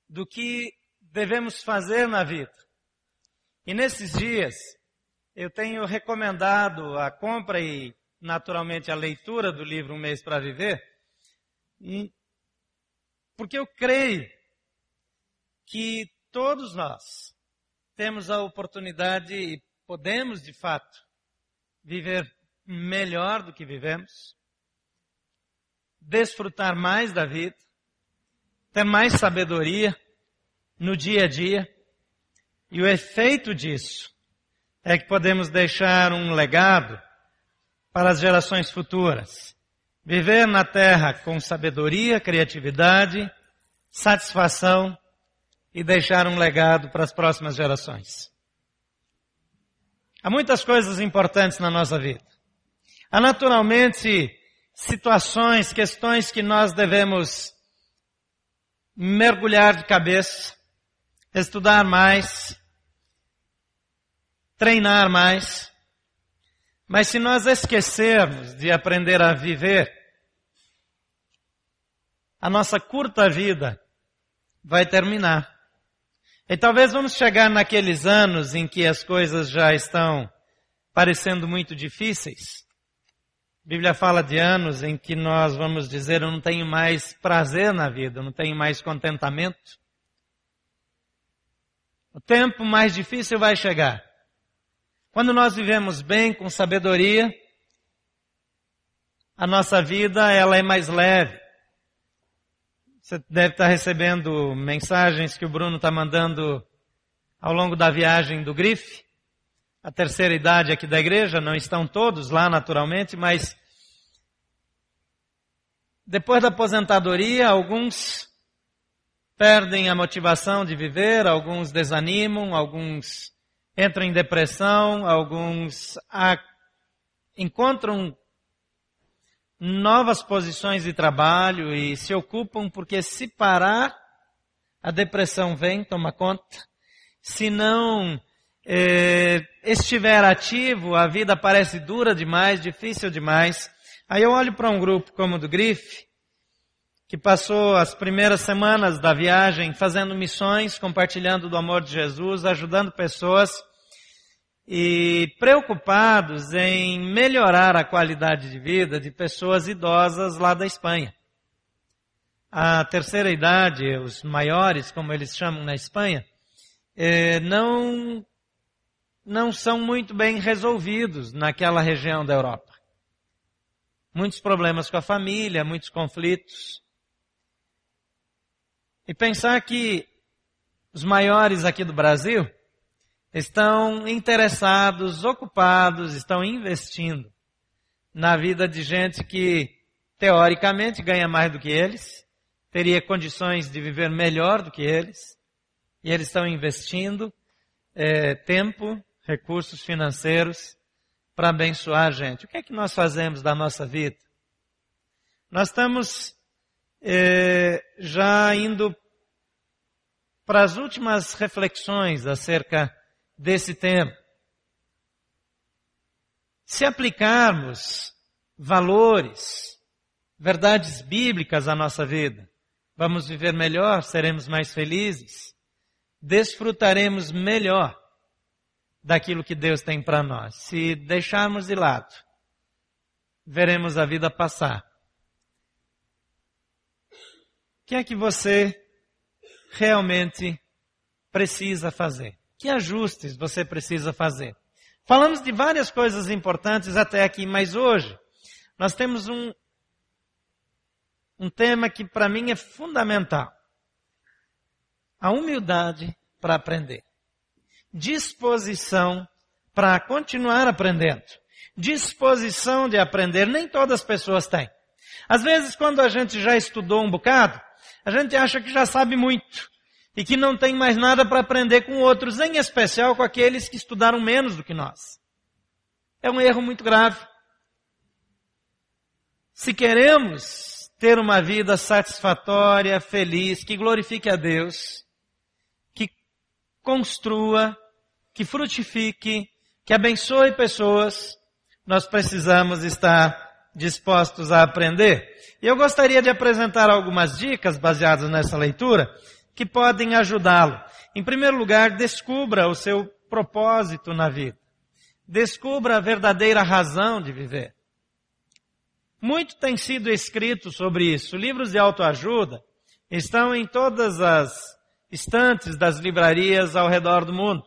do que devemos fazer na vida. E nesses dias, eu tenho recomendado a compra e, naturalmente, a leitura do livro Um Mês para Viver, porque eu creio que todos nós temos a oportunidade e podemos, de fato, viver melhor do que vivemos, desfrutar mais da vida, ter mais sabedoria no dia a dia, e o efeito disso é que podemos deixar um legado para as gerações futuras. Viver na terra com sabedoria, criatividade, satisfação e deixar um legado para as próximas gerações. Há muitas coisas importantes na nossa vida. Há naturalmente situações, questões que nós devemos mergulhar de cabeça, estudar mais, treinar mais. Mas se nós esquecermos de aprender a viver, a nossa curta vida vai terminar. E talvez vamos chegar naqueles anos em que as coisas já estão parecendo muito difíceis. A Bíblia fala de anos em que nós vamos dizer, eu não tenho mais prazer na vida, eu não tenho mais contentamento. O tempo mais difícil vai chegar. Quando nós vivemos bem, com sabedoria, a nossa vida ela é mais leve. Você deve estar recebendo mensagens que o Bruno está mandando ao longo da viagem do Grife. A terceira idade aqui da igreja, não estão todos lá naturalmente, mas depois da aposentadoria, alguns perdem a motivação de viver, alguns desanimam, alguns entram em depressão, alguns encontram novas posições de trabalho e se ocupam porque se parar, a depressão vem, toma conta. Se não estiver ativo, a vida parece dura demais, difícil demais. Aí eu olho para um grupo como o do Grife, que passou as primeiras semanas da viagem fazendo missões, compartilhando do amor de Jesus, ajudando pessoas e preocupados em melhorar a qualidade de vida de pessoas idosas lá da Espanha. A terceira idade, os maiores, como eles chamam na Espanha, não são muito bem resolvidos naquela região da Europa. Muitos problemas com a família, muitos conflitos. E pensar que os maiores aqui do Brasil estão interessados, ocupados, estão investindo na vida de gente que, teoricamente, ganha mais do que eles, teria condições de viver melhor do que eles, e eles estão investindo tempo, recursos financeiros para abençoar a gente. O que é que nós fazemos da nossa vida? Nós estamos já indo para as últimas reflexões acerca desse tema. Se aplicarmos valores, verdades bíblicas à nossa vida, vamos viver melhor, seremos mais felizes, desfrutaremos melhor daquilo que Deus tem para nós. Se deixarmos de lado, veremos a vida passar. O que é que você realmente precisa fazer? Que ajustes você precisa fazer? Falamos de várias coisas importantes até aqui, mas hoje nós temos um tema que para mim é fundamental. A humildade para aprender. Disposição para continuar aprendendo. Disposição de aprender. Nem todas as pessoas têm. Às vezes, quando a gente já estudou um bocado, a gente acha que já sabe muito e que não tem mais nada para aprender com outros, em especial com aqueles que estudaram menos do que nós. É um erro muito grave. Se queremos ter uma vida satisfatória, feliz, que glorifique a Deus, que construa, que frutifique, que abençoe pessoas, nós precisamos estar dispostos a aprender. E eu gostaria de apresentar algumas dicas baseadas nessa leitura, que podem ajudá-lo. Em primeiro lugar, descubra o seu propósito na vida. Descubra a verdadeira razão de viver. Muito tem sido escrito sobre isso. Livros de autoajuda estão em todas as estantes das livrarias ao redor do mundo.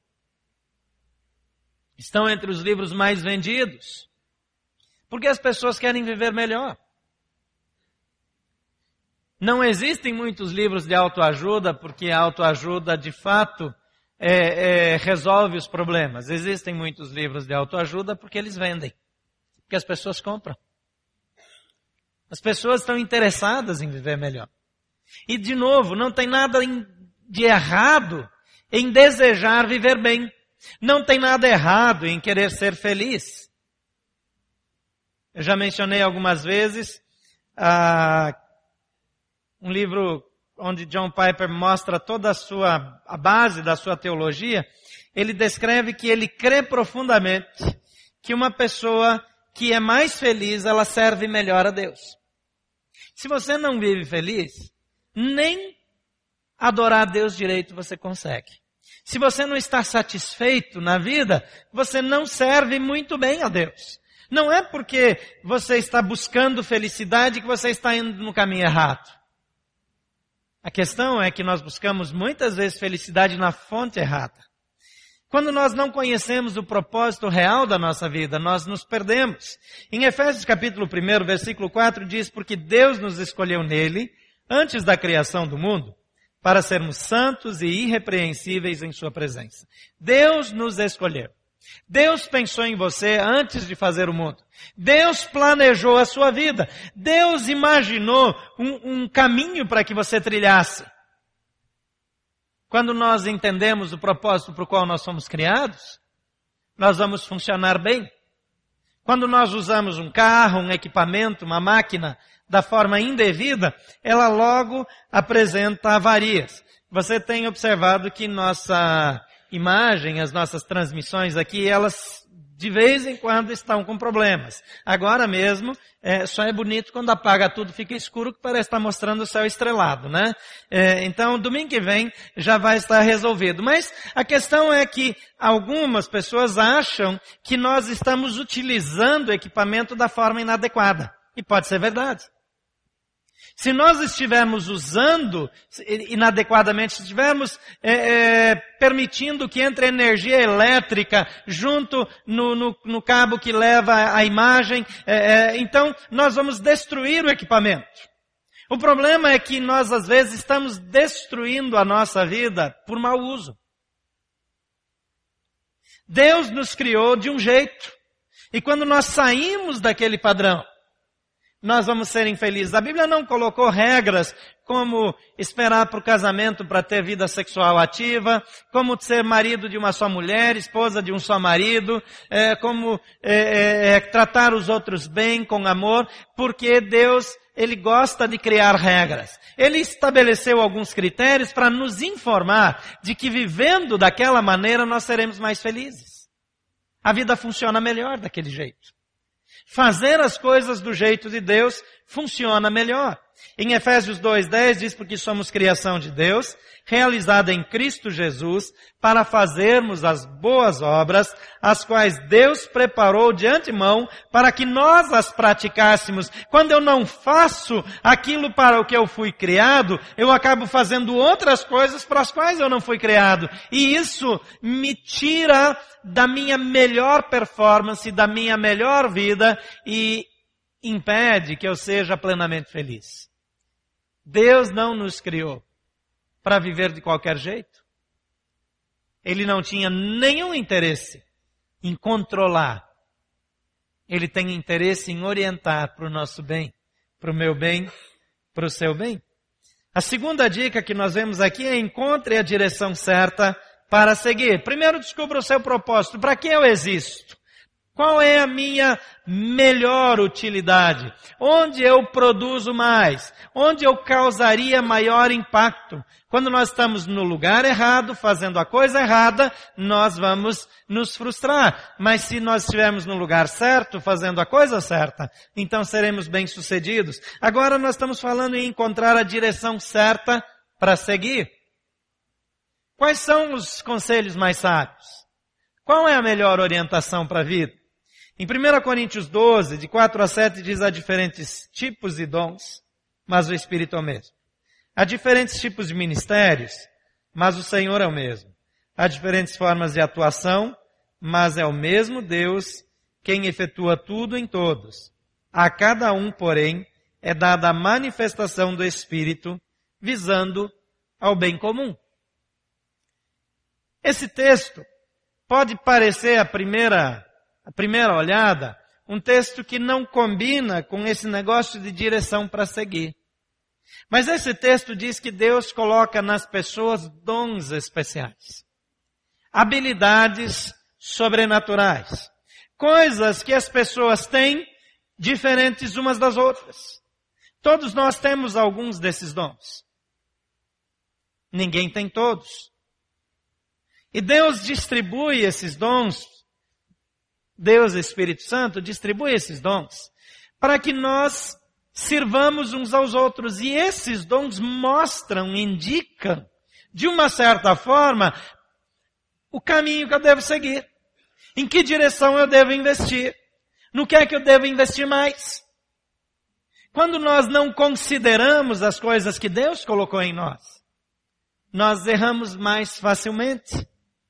Estão entre os livros mais vendidos. Porque as pessoas querem viver melhor. Não existem muitos livros de autoajuda porque a autoajuda de fato resolve os problemas. Existem muitos livros de autoajuda porque eles vendem. Porque as pessoas compram. As pessoas estão interessadas em viver melhor. E de novo, não tem nada de errado em desejar viver bem. Não tem nada errado em querer ser feliz. Eu já mencionei algumas vezes um livro onde John Piper mostra toda a base da sua teologia. Ele descreve que ele crê profundamente que uma pessoa que é mais feliz, ela serve melhor a Deus. Se você não vive feliz, nem adorar a Deus direito você consegue. Se você não está satisfeito na vida, você não serve muito bem a Deus. Não é porque você está buscando felicidade que você está indo no caminho errado. A questão é que nós buscamos muitas vezes felicidade na fonte errada. Quando nós não conhecemos o propósito real da nossa vida, nós nos perdemos. Em Efésios capítulo 1, versículo 4 diz, porque Deus nos escolheu nele, antes da criação do mundo, para sermos santos e irrepreensíveis em sua presença. Deus nos escolheu. Deus pensou em você antes de fazer o mundo. Deus planejou a sua vida. Deus imaginou um caminho para que você trilhasse. Quando nós entendemos o propósito para o qual nós fomos criados, nós vamos funcionar bem. Quando nós usamos um carro, um equipamento, uma máquina da forma indevida, ela logo apresenta avarias. Você tem observado que nossa imagem, as nossas transmissões aqui, elas de vez em quando estão com problemas. Agora mesmo, só é bonito quando apaga tudo, fica escuro, que parece estar mostrando o céu estrelado, né? Então, domingo que vem já vai estar resolvido. Mas a questão é que algumas pessoas acham que nós estamos utilizando o equipamento da forma inadequada. E pode ser verdade. Se nós estivermos usando inadequadamente, se estivermos permitindo que entre energia elétrica junto no cabo que leva a imagem, então nós vamos destruir o equipamento. O problema é que nós às vezes estamos destruindo a nossa vida por mau uso. Deus nos criou de um jeito. E quando nós saímos daquele padrão, nós vamos ser infelizes. A Bíblia não colocou regras como esperar para o casamento para ter vida sexual ativa, como ser marido de uma só mulher, esposa de um só marido, como tratar os outros bem, com amor, porque Deus, Ele gosta de criar regras. Ele estabeleceu alguns critérios para nos informar de que vivendo daquela maneira nós seremos mais felizes. A vida funciona melhor daquele jeito. Fazer as coisas do jeito de Deus funciona melhor. Em Efésios 2:10 diz, porque somos criação de Deus, realizada em Cristo Jesus, para fazermos as boas obras, as quais Deus preparou de antemão, para que nós as praticássemos. Quando eu não faço aquilo para o que eu fui criado, eu acabo fazendo outras coisas para as quais eu não fui criado. E isso me tira da minha melhor performance, da minha melhor vida, e impede que eu seja plenamente feliz. Deus não nos criou para viver de qualquer jeito. Ele não tinha nenhum interesse em controlar. Ele tem interesse em orientar para o nosso bem, para o meu bem, para o seu bem. A segunda dica que nós vemos aqui é: encontre a direção certa para seguir. Primeiro, descubra o seu propósito. Para que eu existo? Qual é a minha melhor utilidade? Onde eu produzo mais? Onde eu causaria maior impacto? Quando nós estamos no lugar errado, fazendo a coisa errada, nós vamos nos frustrar. Mas se nós estivermos no lugar certo, fazendo a coisa certa, então seremos bem-sucedidos. Agora nós estamos falando em encontrar a direção certa para seguir. Quais são os conselhos mais sábios? Qual é a melhor orientação para a vida? Em 1 Coríntios 12, de 4 a 7, diz: há diferentes tipos de dons, mas o Espírito é o mesmo. Há diferentes tipos de ministérios, mas o Senhor é o mesmo. Há diferentes formas de atuação, mas é o mesmo Deus quem efetua tudo em todos. A cada um, porém, é dada a manifestação do Espírito, visando ao bem comum. Esse texto pode parecer, à primeira olhada, um texto que não combina com esse negócio de direção para seguir. Mas esse texto diz que Deus coloca nas pessoas dons especiais, habilidades sobrenaturais, coisas que as pessoas têm diferentes umas das outras. Todos nós temos alguns desses dons. Ninguém tem todos. E Deus distribui esses dons, Deus, Espírito Santo, distribui esses dons para que nós sirvamos uns aos outros. E esses dons mostram, indicam, de uma certa forma, o caminho que eu devo seguir. Em que direção eu devo investir? No que é que eu devo investir mais? Quando nós não consideramos as coisas que Deus colocou em nós erramos mais facilmente.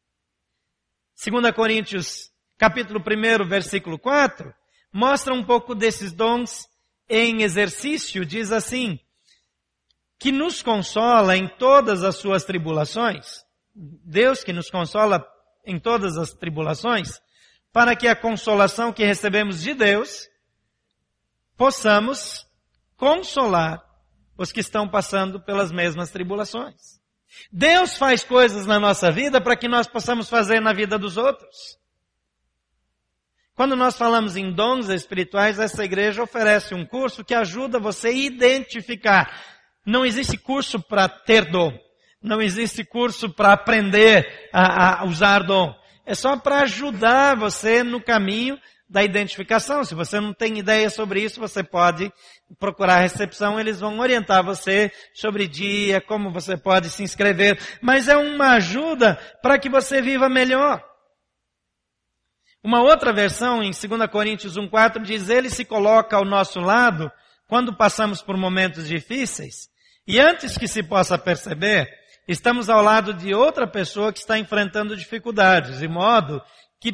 2 Coríntios, capítulo 1, versículo 4, mostra um pouco desses dons em exercício. Diz assim: que nos consola em todas as suas tribulações. Deus que nos consola em todas as tribulações, para que a consolação que recebemos de Deus, possamos consolar os que estão passando pelas mesmas tribulações. Deus faz coisas na nossa vida para que nós possamos fazer na vida dos outros. Quando nós falamos em dons espirituais, essa igreja oferece um curso que ajuda você a identificar. Não existe curso para ter dom. Não existe curso para aprender a usar dom. É só para ajudar você no caminho da identificação. Se você não tem ideia sobre isso, você pode procurar a recepção. Eles vão orientar você sobre dia, como você pode se inscrever. Mas é uma ajuda para que você viva melhor. Uma outra versão, em 2 Coríntios 1,4, diz: ele se coloca ao nosso lado quando passamos por momentos difíceis. E antes que se possa perceber, estamos ao lado de outra pessoa que está enfrentando dificuldades, de modo que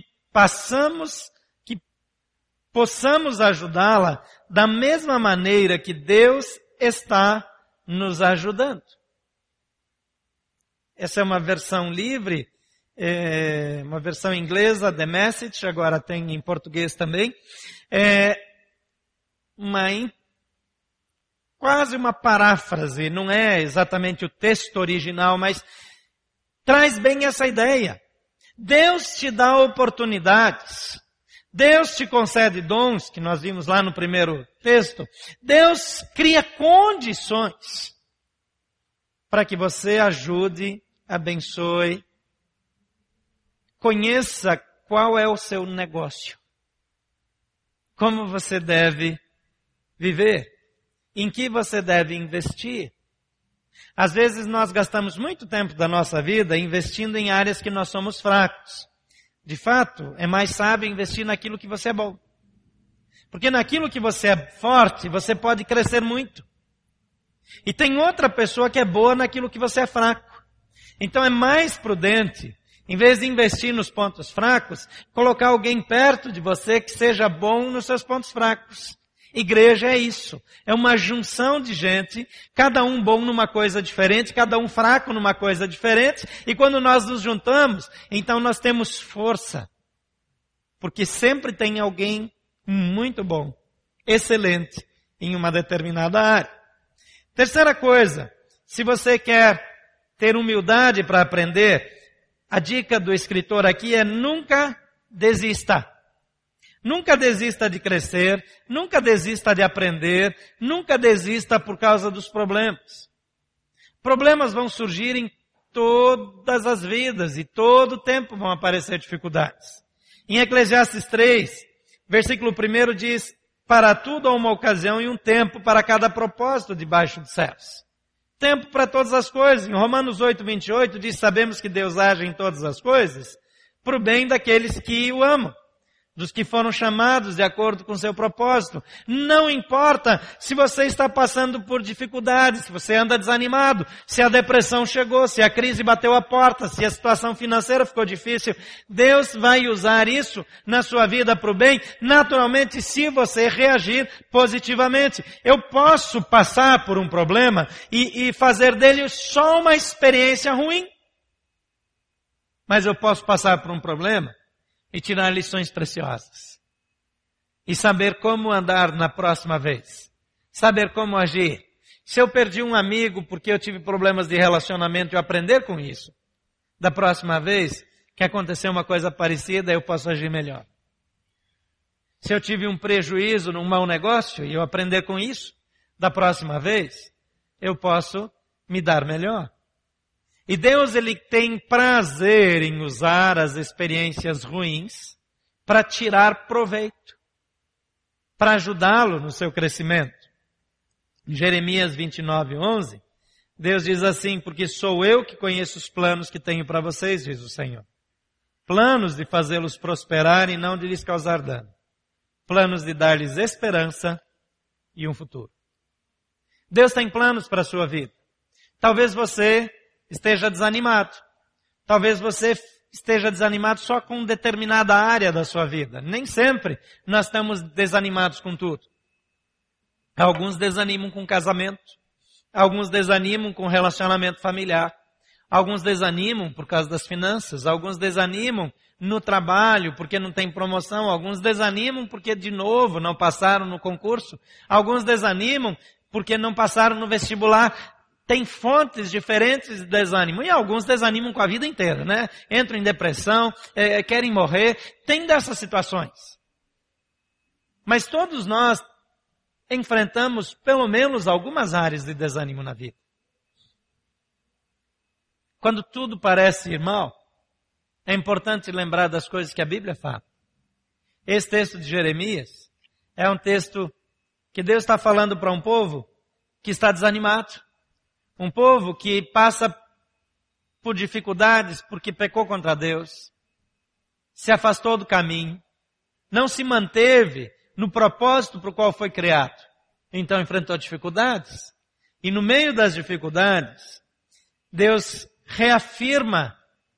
possamos ajudá-la da mesma maneira que Deus está nos ajudando. Essa é uma versão livre, uma versão inglesa, The Message, agora tem em português também. Quase uma paráfrase, não é exatamente o texto original, mas traz bem essa ideia. Deus te dá oportunidades. Deus te concede dons, que nós vimos lá no primeiro texto. Deus cria condições para que você ajude, abençoe, conheça qual é o seu negócio, como você deve viver, em que você deve investir. Às vezes nós gastamos muito tempo da nossa vida investindo em áreas que nós somos fracos. De fato, é mais sábio investir naquilo que você é bom. Porque naquilo que você é forte, você pode crescer muito. E tem outra pessoa que é boa naquilo que você é fraco. Então é mais prudente, em vez de investir nos pontos fracos, colocar alguém perto de você que seja bom nos seus pontos fracos. Igreja é isso. É uma junção de gente, cada um bom numa coisa diferente, cada um fraco numa coisa diferente. E quando nós nos juntamos, então nós temos força. Porque sempre tem alguém muito bom, excelente, em uma determinada área. Terceira coisa, se você quer ter humildade para aprender, a dica do escritor aqui é: nunca desista. Nunca desista de crescer, nunca desista de aprender, nunca desista por causa dos problemas. Problemas vão surgir em todas as vidas e todo o tempo vão aparecer dificuldades. Em Eclesiastes 3, versículo 1 diz: para tudo há uma ocasião e um tempo para cada propósito debaixo dos céus. tempo para todas as coisas. Em Romanos 8:28 diz, sabemos que Deus age em todas as coisas para o bem daqueles que o amam, dos que foram chamados de acordo com seu propósito. Não importa se você está passando por dificuldades, se você anda desanimado, se a depressão chegou, se a crise bateu a porta, se a situação financeira ficou difícil, Deus vai usar isso na sua vida para o bem, naturalmente, se você reagir positivamente. Eu posso passar por um problema e fazer dele só uma experiência ruim, mas eu posso passar por um problema e tirar lições preciosas. E saber como andar na próxima vez. Saber como agir. Se eu perdi um amigo porque eu tive problemas de relacionamento, eu aprender com isso. Da próxima vez que acontecer uma coisa parecida, eu posso agir melhor. Se eu tive um prejuízo num mau negócio e eu aprender com isso, da próxima vez, eu posso me dar melhor. E Deus, Ele tem prazer em usar as experiências ruins para tirar proveito, para ajudá-lo no seu crescimento. Em Jeremias 29:11, Deus diz assim, porque sou eu que conheço os planos que tenho para vocês, diz o Senhor. Planos de fazê-los prosperar e não de lhes causar dano. Planos de dar-lhes esperança e um futuro. Deus tem planos para a sua vida. Talvez você esteja desanimado. Talvez você esteja desanimado só com determinada área da sua vida. Nem sempre nós estamos desanimados com tudo. Alguns desanimam com casamento. Alguns desanimam com relacionamento familiar. Alguns desanimam por causa das finanças. Alguns desanimam no trabalho porque não tem promoção. Alguns desanimam porque, de novo, não passaram no concurso. Alguns desanimam porque não passaram no vestibular. Tem fontes diferentes de desânimo. E alguns desanimam com a vida inteira, né? Entram em depressão, querem morrer. Tem dessas situações. Mas todos nós enfrentamos pelo menos algumas áreas de desânimo na vida. Quando tudo parece ir mal, é importante lembrar das coisas que a Bíblia fala. Esse texto de Jeremias é um texto que Deus está falando para um povo que está desanimado. Um povo que passa por dificuldades porque pecou contra Deus, se afastou do caminho, não se manteve no propósito para o qual foi criado. Então enfrentou dificuldades. E no meio das dificuldades, Deus reafirma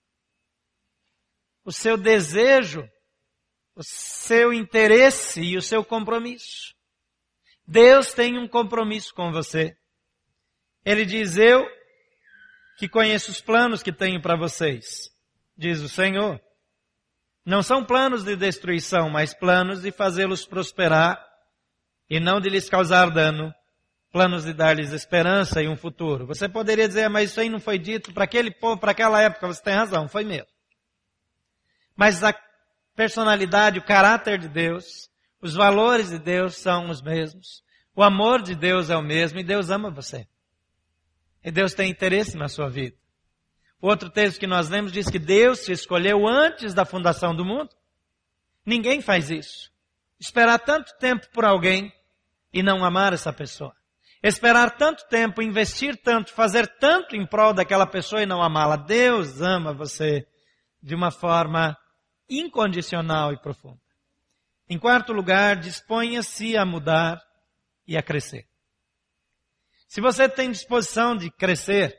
o seu desejo, o seu interesse e o seu compromisso. Deus tem um compromisso com você. Ele diz, eu que conheço os planos que tenho para vocês, diz o Senhor. Não são planos de destruição, mas planos de fazê-los prosperar e não de lhes causar dano, planos de dar-lhes esperança e um futuro. Você poderia dizer, mas isso aí não foi dito para aquele povo, para aquela época. Você tem razão, foi mesmo. Mas a personalidade, o caráter de Deus, os valores de Deus são os mesmos. O amor de Deus é o mesmo e Deus ama você. E Deus tem interesse na sua vida. O outro texto que nós lemos diz que Deus te escolheu antes da fundação do mundo. Ninguém faz isso. Esperar tanto tempo por alguém e não amar essa pessoa. Esperar tanto tempo, investir tanto, fazer tanto em prol daquela pessoa e não amá-la. Deus ama você de uma forma incondicional e profunda. Em quarto lugar, disponha-se a mudar e a crescer. Se você tem disposição de crescer,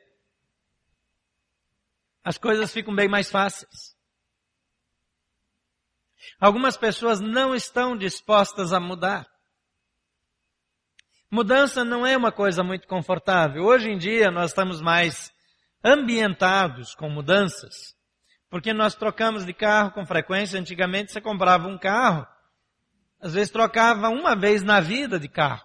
as coisas ficam bem mais fáceis. Algumas pessoas não estão dispostas a mudar. Mudança não é uma coisa muito confortável. Hoje em dia nós estamos mais ambientados com mudanças, porque nós trocamos de carro com frequência. Antigamente você comprava um carro, às vezes trocava uma vez na vida de carro.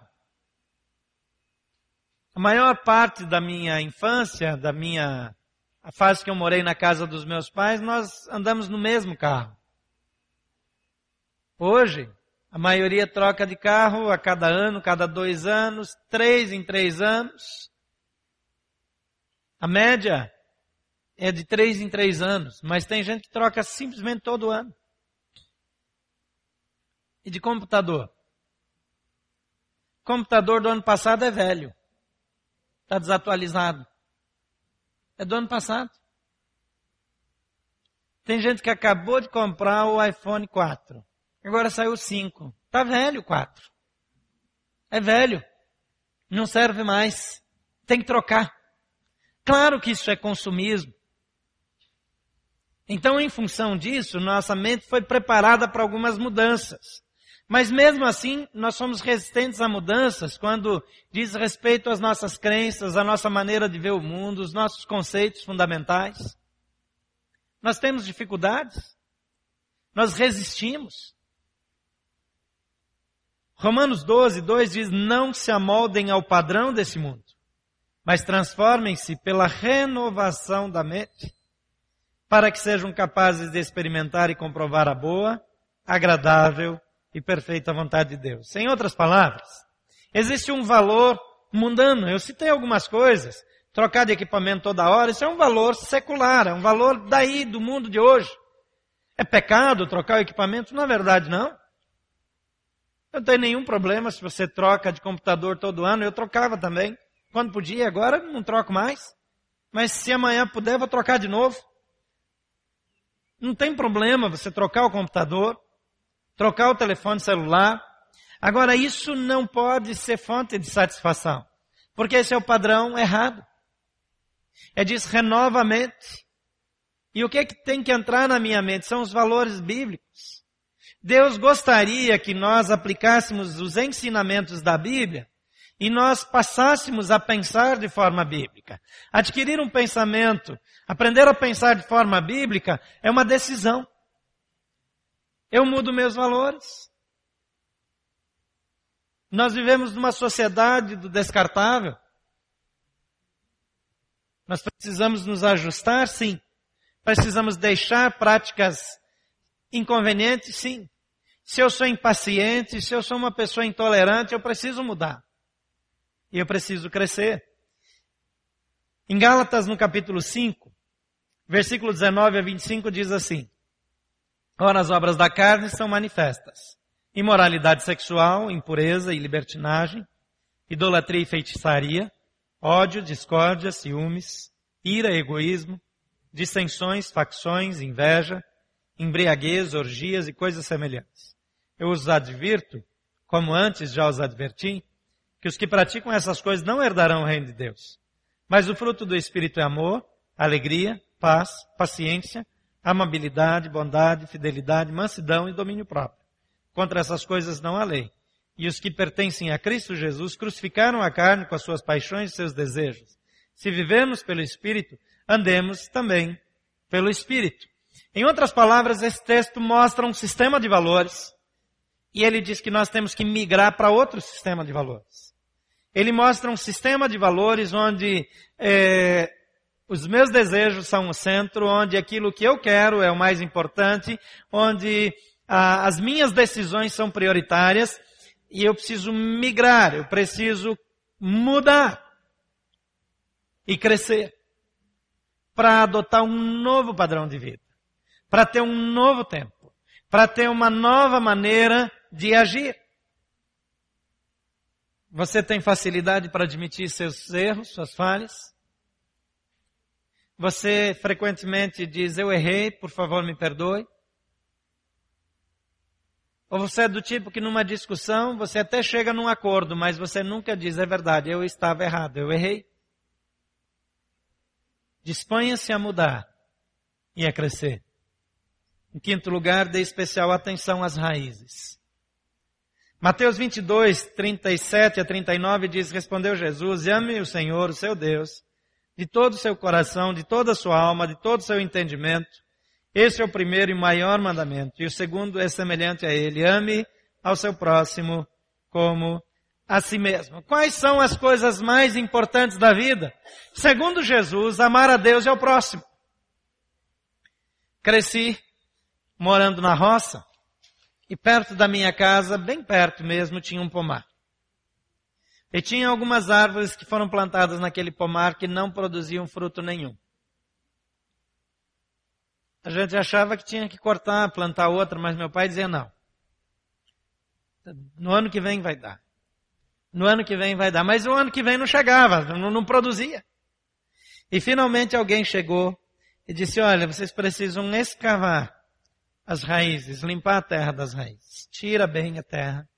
A maior parte da minha infância, a fase que eu morei na casa dos meus pais, nós andamos no mesmo carro. Hoje, a maioria troca de carro a cada ano, cada 2 anos, 3 em 3 anos. A média é de 3 em 3 anos, mas tem gente que troca simplesmente todo ano. E de computador? O computador do ano passado é velho. Está desatualizado. É do ano passado. Tem gente que acabou de comprar o iPhone 4. Agora saiu o 5. Está velho o 4. É velho. Não serve mais. Tem que trocar. Claro que isso é consumismo. Então, em função disso, nossa mente foi preparada para algumas mudanças. Mas mesmo assim, nós somos resistentes a mudanças quando diz respeito às nossas crenças, à nossa maneira de ver o mundo, os nossos conceitos fundamentais. Nós temos dificuldades. Nós resistimos. Romanos 12, 2 diz, não se amoldem ao padrão desse mundo, mas transformem-se pela renovação da mente, para que sejam capazes de experimentar e comprovar a boa, agradável e perfeita vontade de Deus. Em outras palavras, existe um valor mundano. Eu citei algumas coisas. Trocar de equipamento toda hora, isso é um valor secular, é um valor daí, do mundo de hoje. É pecado trocar o equipamento? Na verdade, não. Eu não tenho nenhum problema se você troca de computador todo ano. Eu trocava também, quando podia. Agora não troco mais. Mas se amanhã puder, vou trocar de novo. Não tem problema você trocar o computador, trocar o telefone celular. Agora, isso não pode ser fonte de satisfação, porque esse é o padrão errado. Diz renova a mente. E o que é que tem que entrar na minha mente? São os valores bíblicos. Deus gostaria que nós aplicássemos os ensinamentos da Bíblia e nós passássemos a pensar de forma bíblica. Adquirir um pensamento, aprender a pensar de forma bíblica é uma decisão. Eu mudo meus valores. Nós vivemos numa sociedade do descartável. Nós precisamos nos ajustar, sim. Precisamos deixar práticas inconvenientes, sim. Se eu sou impaciente, se eu sou uma pessoa intolerante, eu preciso mudar. E eu preciso crescer. Em Gálatas, no capítulo 5, versículo 19 a 25, diz assim: ora, as obras da carne são manifestas: imoralidade sexual, impureza e libertinagem, idolatria e feitiçaria, ódio, discórdia, ciúmes, ira, egoísmo, dissensões, facções, inveja, embriaguez, orgias e coisas semelhantes. Eu os advirto, como antes já os adverti, que os que praticam essas coisas não herdarão o reino de Deus. Mas o fruto do Espírito é amor, alegria, paz, paciência, amabilidade, bondade, fidelidade, mansidão e domínio próprio. Contra essas coisas não há lei. E os que pertencem a Cristo Jesus crucificaram a carne com as suas paixões e seus desejos. Se vivemos pelo Espírito, andemos também pelo Espírito. Em outras palavras, esse texto mostra um sistema de valores. E ele diz que nós temos que migrar para outro sistema de valores. Ele mostra um sistema de valores onde os meus desejos são o centro, onde aquilo que eu quero é o mais importante, onde as minhas decisões são prioritárias, e eu preciso migrar, eu preciso mudar e crescer para adotar um novo padrão de vida, para ter um novo tempo, para ter uma nova maneira de agir. Você tem facilidade para admitir seus erros, suas falhas? Você frequentemente diz, eu errei, por favor me perdoe? Ou você é do tipo que numa discussão, você até chega num acordo, mas você nunca diz, é verdade, eu estava errado, eu errei? Disponha-se a mudar e a crescer. Em quinto lugar, dê especial atenção às raízes. Mateus 22, 37 a 39 diz, respondeu Jesus, ame o Senhor, o seu Deus, de todo o seu coração, de toda a sua alma, de todo o seu entendimento. Esse é o primeiro e maior mandamento. E o segundo é semelhante a ele. Ame ao seu próximo como a si mesmo. Quais são as coisas mais importantes da vida? Segundo Jesus, amar a Deus e ao próximo. Cresci morando na roça e perto da minha casa, bem perto mesmo, tinha um pomar. E tinha algumas árvores que foram plantadas naquele pomar que não produziam fruto nenhum. A gente achava que tinha que cortar, plantar outra, mas meu pai dizia não. No ano que vem vai dar. No ano que vem vai dar. Mas o ano que vem não chegava, não produzia. E finalmente alguém chegou e disse, olha, vocês precisam escavar as raízes, limpar a terra das raízes. Tira bem a terra.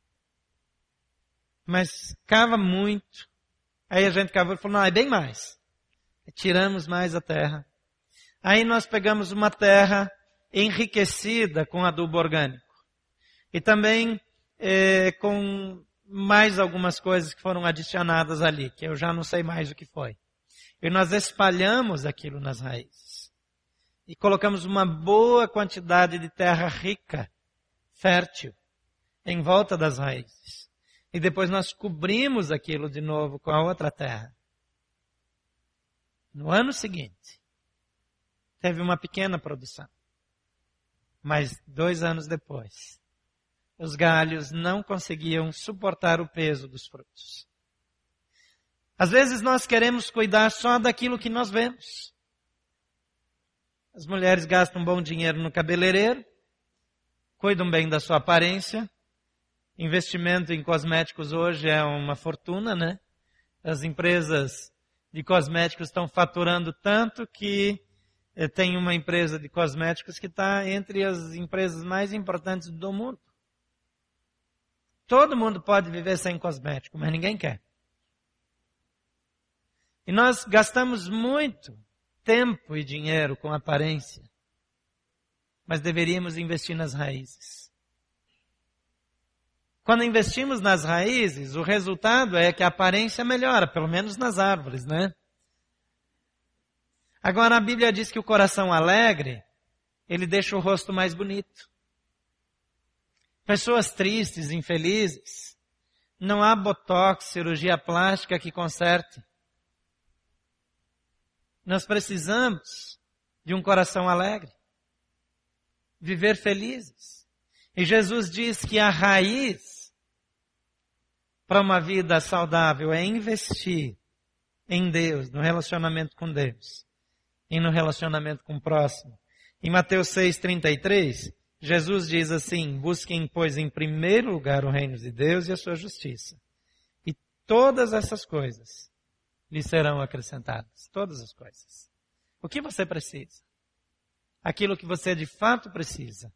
Mas cava muito. Aí a gente cavou e falou, não, é bem mais. Tiramos mais a terra. Aí nós pegamos uma terra enriquecida com adubo orgânico. E também com mais algumas coisas que foram adicionadas ali, que eu já não sei mais o que foi. E nós espalhamos aquilo nas raízes. E colocamos uma boa quantidade de terra rica, fértil, em volta das raízes. E depois nós cobrimos aquilo de novo com a outra terra. No ano seguinte, teve uma pequena produção. Mas 2 anos depois, os galhos não conseguiam suportar o peso dos frutos. Às vezes nós queremos cuidar só daquilo que nós vemos. As mulheres gastam bom dinheiro no cabeleireiro, cuidam bem da sua aparência. Investimento em cosméticos hoje é uma fortuna, né? As empresas de cosméticos estão faturando tanto que tem uma empresa de cosméticos que está entre as empresas mais importantes do mundo. Todo mundo pode viver sem cosmético, mas ninguém quer. E nós gastamos muito tempo e dinheiro com aparência, mas deveríamos investir nas raízes. Quando investimos nas raízes, o resultado é que a aparência melhora, pelo menos nas árvores, né? Agora a Bíblia diz que o coração alegre, ele deixa o rosto mais bonito. Pessoas tristes, infelizes, não há botox, cirurgia plástica que conserte. Nós precisamos de um coração alegre, viver felizes. E Jesus diz que a raiz para uma vida saudável é investir em Deus, no relacionamento com Deus e no relacionamento com o próximo. Em Mateus 6,33, Jesus diz assim, busquem, pois, em primeiro lugar o reino de Deus e a sua justiça. E todas essas coisas lhe serão acrescentadas. Todas as coisas. O que você precisa? Aquilo que você de fato precisa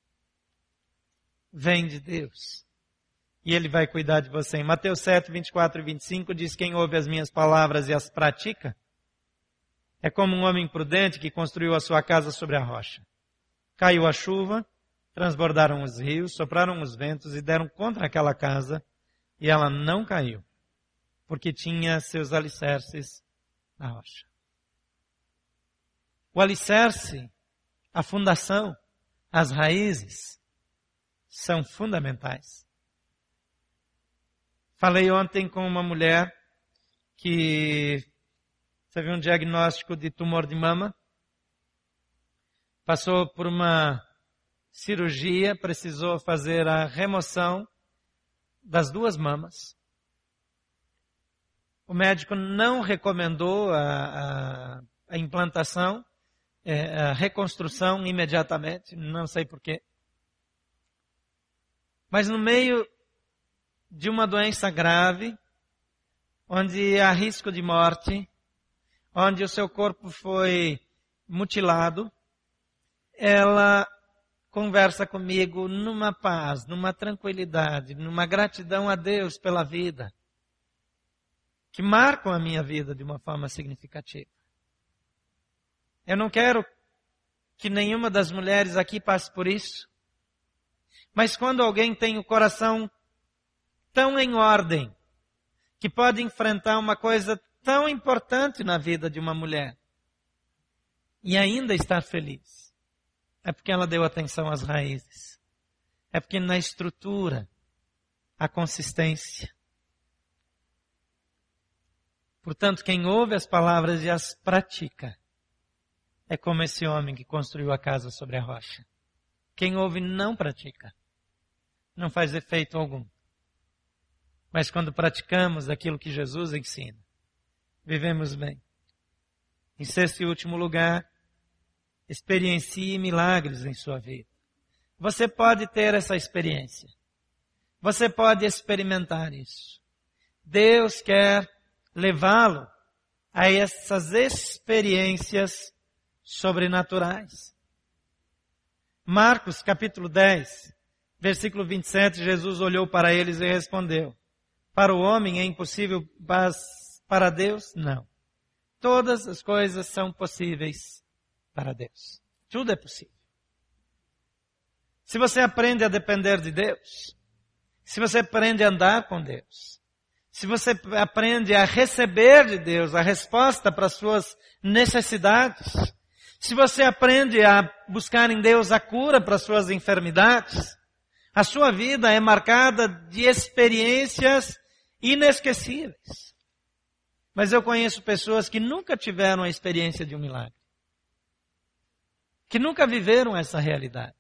vem de Deus. E Ele vai cuidar de você. Em Mateus 7, 24 e 25 diz, quem ouve as minhas palavras e as pratica, é como um homem prudente que construiu a sua casa sobre a rocha. Caiu a chuva, transbordaram os rios, sopraram os ventos e deram contra aquela casa, e ela não caiu, porque tinha seus alicerces na rocha. O alicerce, a fundação, as raízes, são fundamentais. Falei ontem com uma mulher que teve um diagnóstico de tumor de mama, passou por uma cirurgia, precisou fazer a remoção das 2 mamas. O médico não recomendou a implantação, a reconstrução imediatamente, não sei porquê. Mas no meio de uma doença grave, onde há risco de morte, onde o seu corpo foi mutilado, ela conversa comigo numa paz, numa tranquilidade, numa gratidão a Deus pela vida, que marcam a minha vida de uma forma significativa. Eu não quero que nenhuma das mulheres aqui passe por isso, mas quando alguém tem o coração tão em ordem, que pode enfrentar uma coisa tão importante na vida de uma mulher, e ainda estar feliz, é porque ela deu atenção às raízes. É porque na estrutura, a consistência. Portanto, quem ouve as palavras e as pratica, é como esse homem que construiu a casa sobre a rocha. Quem ouve e não pratica, não faz efeito algum. Mas quando praticamos aquilo que Jesus ensina, vivemos bem. Em sexto e último lugar, experiencie milagres em sua vida. Você pode ter essa experiência. Você pode experimentar isso. Deus quer levá-lo a essas experiências sobrenaturais. Marcos capítulo 10, versículo 27, Jesus olhou para eles e respondeu: para o homem é impossível, mas para Deus não. Todas as coisas são possíveis para Deus. Tudo é possível. Se você aprende a depender de Deus, se você aprende a andar com Deus, se você aprende a receber de Deus a resposta para as suas necessidades, se você aprende a buscar em Deus a cura para as suas enfermidades, a sua vida é marcada de experiências inesquecíveis. Mas eu conheço pessoas que nunca tiveram a experiência de um milagre, que nunca viveram essa realidade.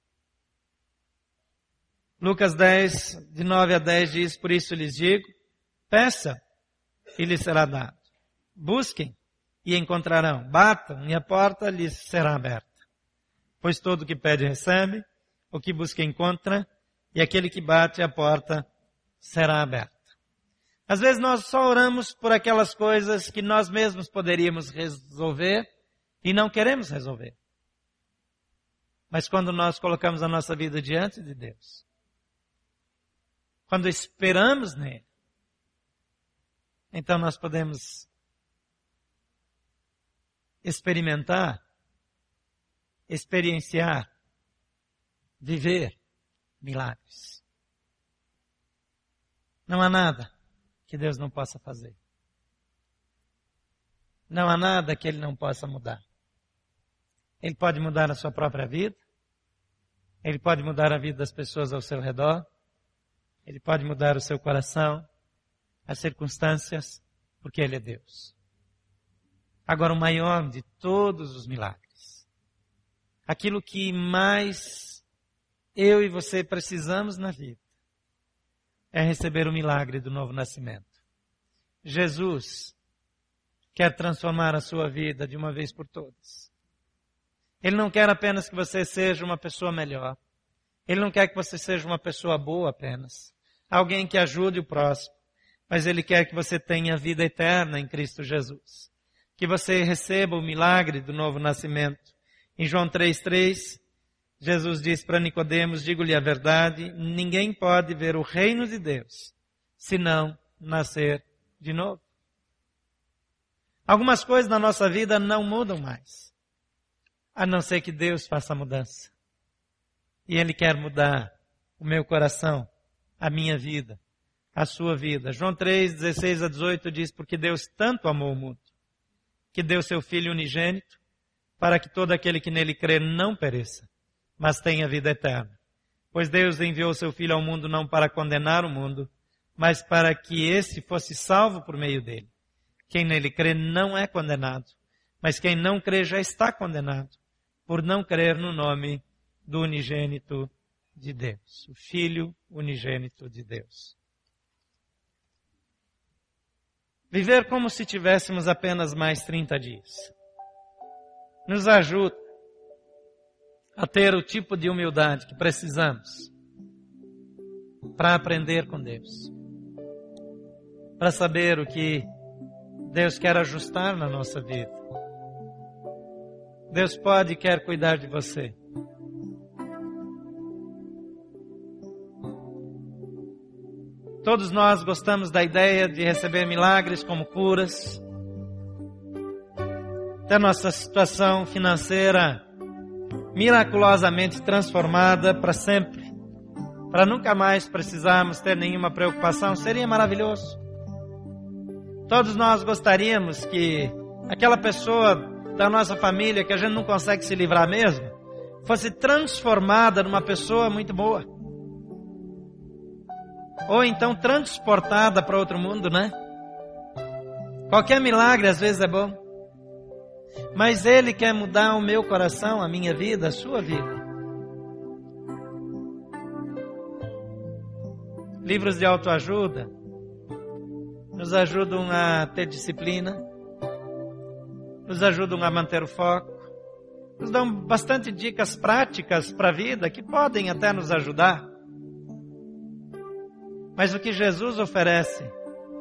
Lucas 10, de 9 a 10 diz: por isso lhes digo, peça e lhes será dado. Busquem e encontrarão. Batam e a porta lhes será aberta. Pois todo o que pede recebe, o que busca encontra, e aquele que bate a porta será aberta. Às vezes nós só oramos por aquelas coisas que nós mesmos poderíamos resolver e não queremos resolver. Mas quando nós colocamos a nossa vida diante de Deus, quando esperamos nele, então nós podemos experimentar, experienciar, viver milagres. Não há nada que Deus não possa fazer. Não há nada que Ele não possa mudar. Ele pode mudar a sua própria vida. Ele pode mudar a vida das pessoas ao seu redor. Ele pode mudar o seu coração, as circunstâncias, porque Ele é Deus. Agora, o maior de todos os milagres, aquilo que mais eu e você precisamos na vida, é receber o milagre do novo nascimento. Jesus quer transformar a sua vida de uma vez por todas. Ele não quer apenas que você seja uma pessoa melhor. Ele não quer que você seja uma pessoa boa apenas, alguém que ajude o próximo, mas Ele quer que você tenha vida eterna em Cristo Jesus. Que você receba o milagre do novo nascimento. Em João 3,3, Jesus diz para Nicodemos: digo-lhe a verdade, ninguém pode ver o reino de Deus se não nascer de novo. Algumas coisas na nossa vida não mudam mais, a não ser que Deus faça a mudança. E Ele quer mudar o meu coração, a minha vida, a sua vida. João 3, 16 a 18 diz: porque Deus tanto amou o mundo, que deu seu Filho unigênito, para que todo aquele que nele crê não pereça, mas tenha vida eterna. Pois Deus enviou seu Filho ao mundo não para condenar o mundo, mas para que esse fosse salvo por meio dele. Quem nele crê não é condenado, mas quem não crê já está condenado, por não crer no nome do unigênito de Deus, o Filho unigênito de Deus. Viver como se tivéssemos apenas mais 30 dias nos ajuda a ter o tipo de humildade que precisamos para aprender com Deus, para saber o que Deus quer ajustar na nossa vida. Deus pode e quer cuidar de você. Todos nós gostamos da ideia de receber milagres como curas, ter nossa situação financeira miraculosamente transformada para sempre, para nunca mais precisarmos ter nenhuma preocupação. Seria maravilhoso. Todos nós gostaríamos que aquela pessoa da nossa família que a gente não consegue se livrar mesmo, fosse transformada numa pessoa muito boa. Ou então transportada para outro mundo, né? Qualquer milagre às vezes é bom. Mas Ele quer mudar o meu coração, a minha vida, a sua vida. Livros de autoajuda nos ajudam a ter disciplina, nos ajudam a manter o foco, nos dão bastante dicas práticas para a vida que podem até nos ajudar. Mas o que Jesus oferece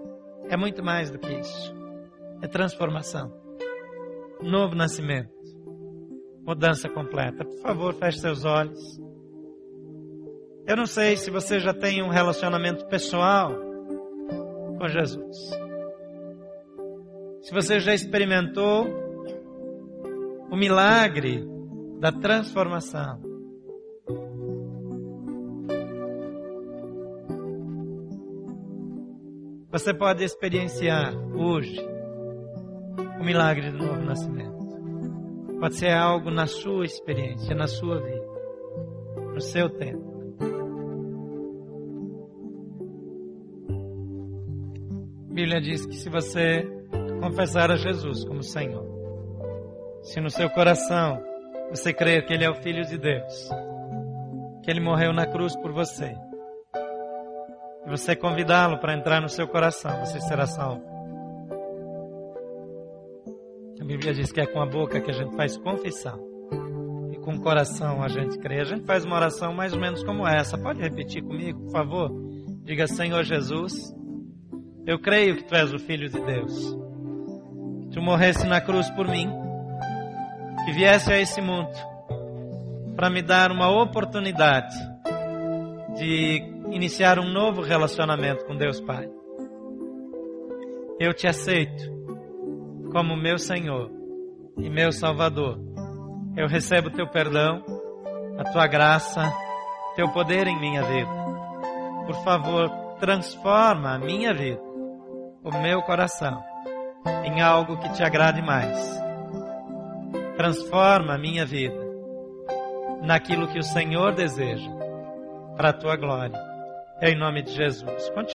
é muito mais do que isso. É transformação. Novo nascimento. Mudança completa. Por favor, feche seus olhos. Eu não sei se você já tem um relacionamento pessoal com Jesus. Se você já experimentou o milagre da transformação. Você pode experienciar hoje o milagre do novo nascimento. Pode ser algo na sua experiência, na sua vida, no seu tempo. A Bíblia diz que se você confessar a Jesus como Senhor, se no seu coração você crer que Ele é o Filho de Deus, que Ele morreu na cruz por você, e você convidá-lo para entrar no seu coração, você será salvo. A Bíblia diz que é com a boca que a gente faz confissão e com o coração a gente crê. A gente faz uma oração mais ou menos como essa. Pode repetir comigo, por favor? Diga: Senhor Jesus, eu creio que Tu és o Filho de Deus, que Tu morresse na cruz por mim, que viesse a esse mundo para me dar uma oportunidade de iniciar um novo relacionamento com Deus Pai. Eu Te aceito como meu Senhor e meu Salvador. Eu recebo Teu perdão, a Tua graça, Teu poder em minha vida. Por favor, transforma a minha vida, o meu coração, em algo que Te agrade mais. Transforma a minha vida naquilo que o Senhor deseja, para a Tua glória. Em nome de Jesus.